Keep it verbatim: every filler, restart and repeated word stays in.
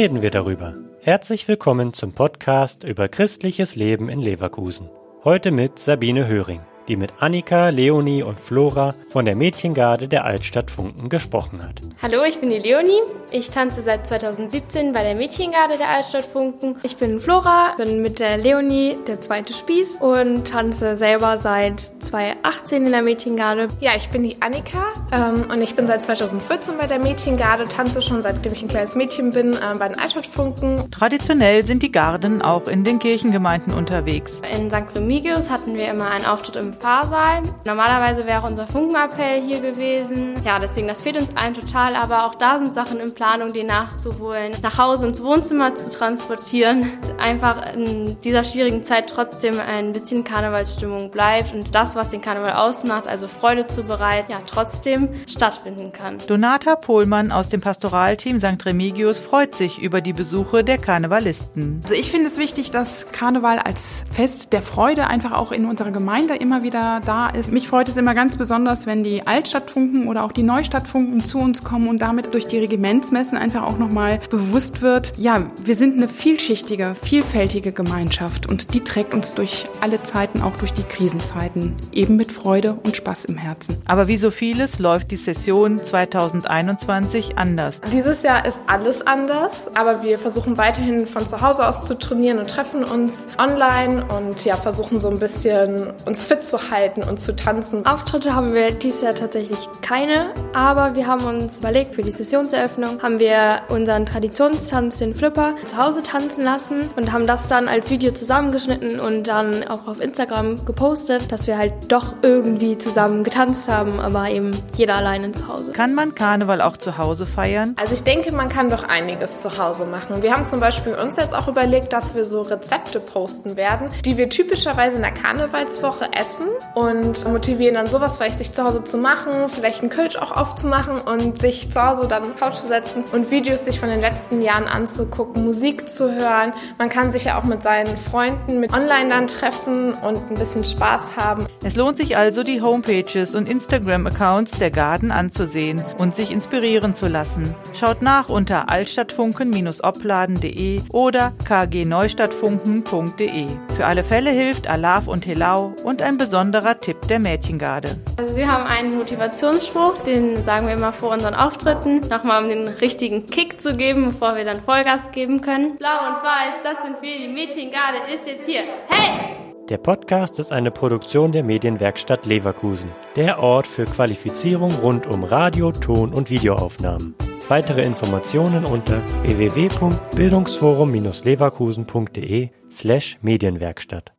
reden wir darüber. Herzlich willkommen zum Podcast über christliches Leben in Leverkusen. Heute mit Sabine Höring, die mit Annika, Leonie und Flora von der Mädchengarde der Altstadt Funken gesprochen hat. Hallo, ich bin die Leonie. Ich tanze seit zweitausendsiebzehn bei der Mädchengarde der Altstadt Funken. Ich bin Flora, bin mit der Leonie der zweite Spieß und tanze selber seit zweitausendachtzehn in der Mädchengarde. Ja, ich bin die Annika ähm, und ich bin seit zweitausendvierzehn bei der Mädchengarde, tanze schon seitdem ich ein kleines Mädchen bin äh, bei den Altstadt Funken. Traditionell sind die Garden auch in den Kirchengemeinden unterwegs. In Sankt Remigius hatten wir immer einen Auftritt im Pfarrsaal. Normalerweise wäre unser Funkenappell hier gewesen. Ja, deswegen, das fehlt uns allen total, aber auch da sind Sachen in Planung, die nachzuholen, nach Hause ins Wohnzimmer zu transportieren. Einfach in dieser schwierigen Zeit trotzdem ein bisschen Karnevalsstimmung bleibt und das, was den Karneval ausmacht, also Freude zu bereiten, ja, trotzdem stattfinden kann. Donata Pohlmann aus dem Pastoralteam Sankt Remigius freut sich über die Besuche der Karnevalisten. Also ich finde es wichtig, dass Karneval als Fest der Freude einfach auch in unserer Gemeinde immer wieder da ist. Mich freut es immer ganz besonders, wenn die Altstadtfunken oder auch die Neustadtfunken zu uns kommen und damit durch die Regimentsmessen einfach auch nochmal bewusst wird, ja, wir sind eine vielschichtige, vielfältige Gemeinschaft und die trägt uns durch alle Zeiten, auch durch die Krisenzeiten, eben mit Freude und Spaß im Herzen. Aber wie so vieles läuft die Session zweitausendeinundzwanzig anders. Dieses Jahr ist alles anders, aber wir versuchen weiterhin von zu Hause aus zu trainieren und treffen uns online und ja, versuchen so ein bisschen uns fit zu halten und zu tanzen. Auftritte haben wir dieses Jahr tatsächlich keine, aber wir haben uns überlegt, für die Sessionseröffnung haben wir unseren Traditionstanz, den Flipper, zu Hause tanzen lassen und haben das dann als Video zusammengeschnitten und dann auch auf Instagram gepostet, dass wir halt doch irgendwie zusammen getanzt haben, aber eben jeder alleine zu Hause. Kann man Karneval auch zu Hause feiern? Also ich denke, man kann doch einiges zu Hause machen. Wir haben zum Beispiel uns jetzt auch überlegt, dass wir so Rezepte posten werden, die wir typischerweise in der Karnevalswoche essen und motivieren dann sowas vielleicht sich zu Hause zu machen, vielleicht einen Kölsch auch aufzumachen und sich zu Hause dann auf die Couch zu setzen und Videos sich von den letzten Jahren anzugucken, Musik zu hören. Man kann sich ja auch mit seinen Freunden mit online dann treffen und ein bisschen Spaß haben. Es lohnt sich also, die Homepages und Instagram-Accounts der Garden anzusehen und sich inspirieren zu lassen. Schaut nach unter altstadtfunken Bindestrich opladen Punkt de oder k g neustadtfunken Punkt de. Für alle Fälle hilft Alaf und Helau und ein besonderer Tipp der Mädchengarde. Also wir haben einen Motivationsspruch, den sagen wir immer vor unseren Auftritten, nochmal um den richtigen Kick zu geben, bevor wir dann Vollgas geben können. Blau und weiß, das sind wir, die Mädchengarde ist jetzt hier. Hey! Der Podcast ist eine Produktion der Medienwerkstatt Leverkusen, der Ort für Qualifizierung rund um Radio-, Ton- und Videoaufnahmen. Weitere Informationen unter w w w punkt bildungsforum Bindestrich leverkusen Punkt de slash Medienwerkstatt.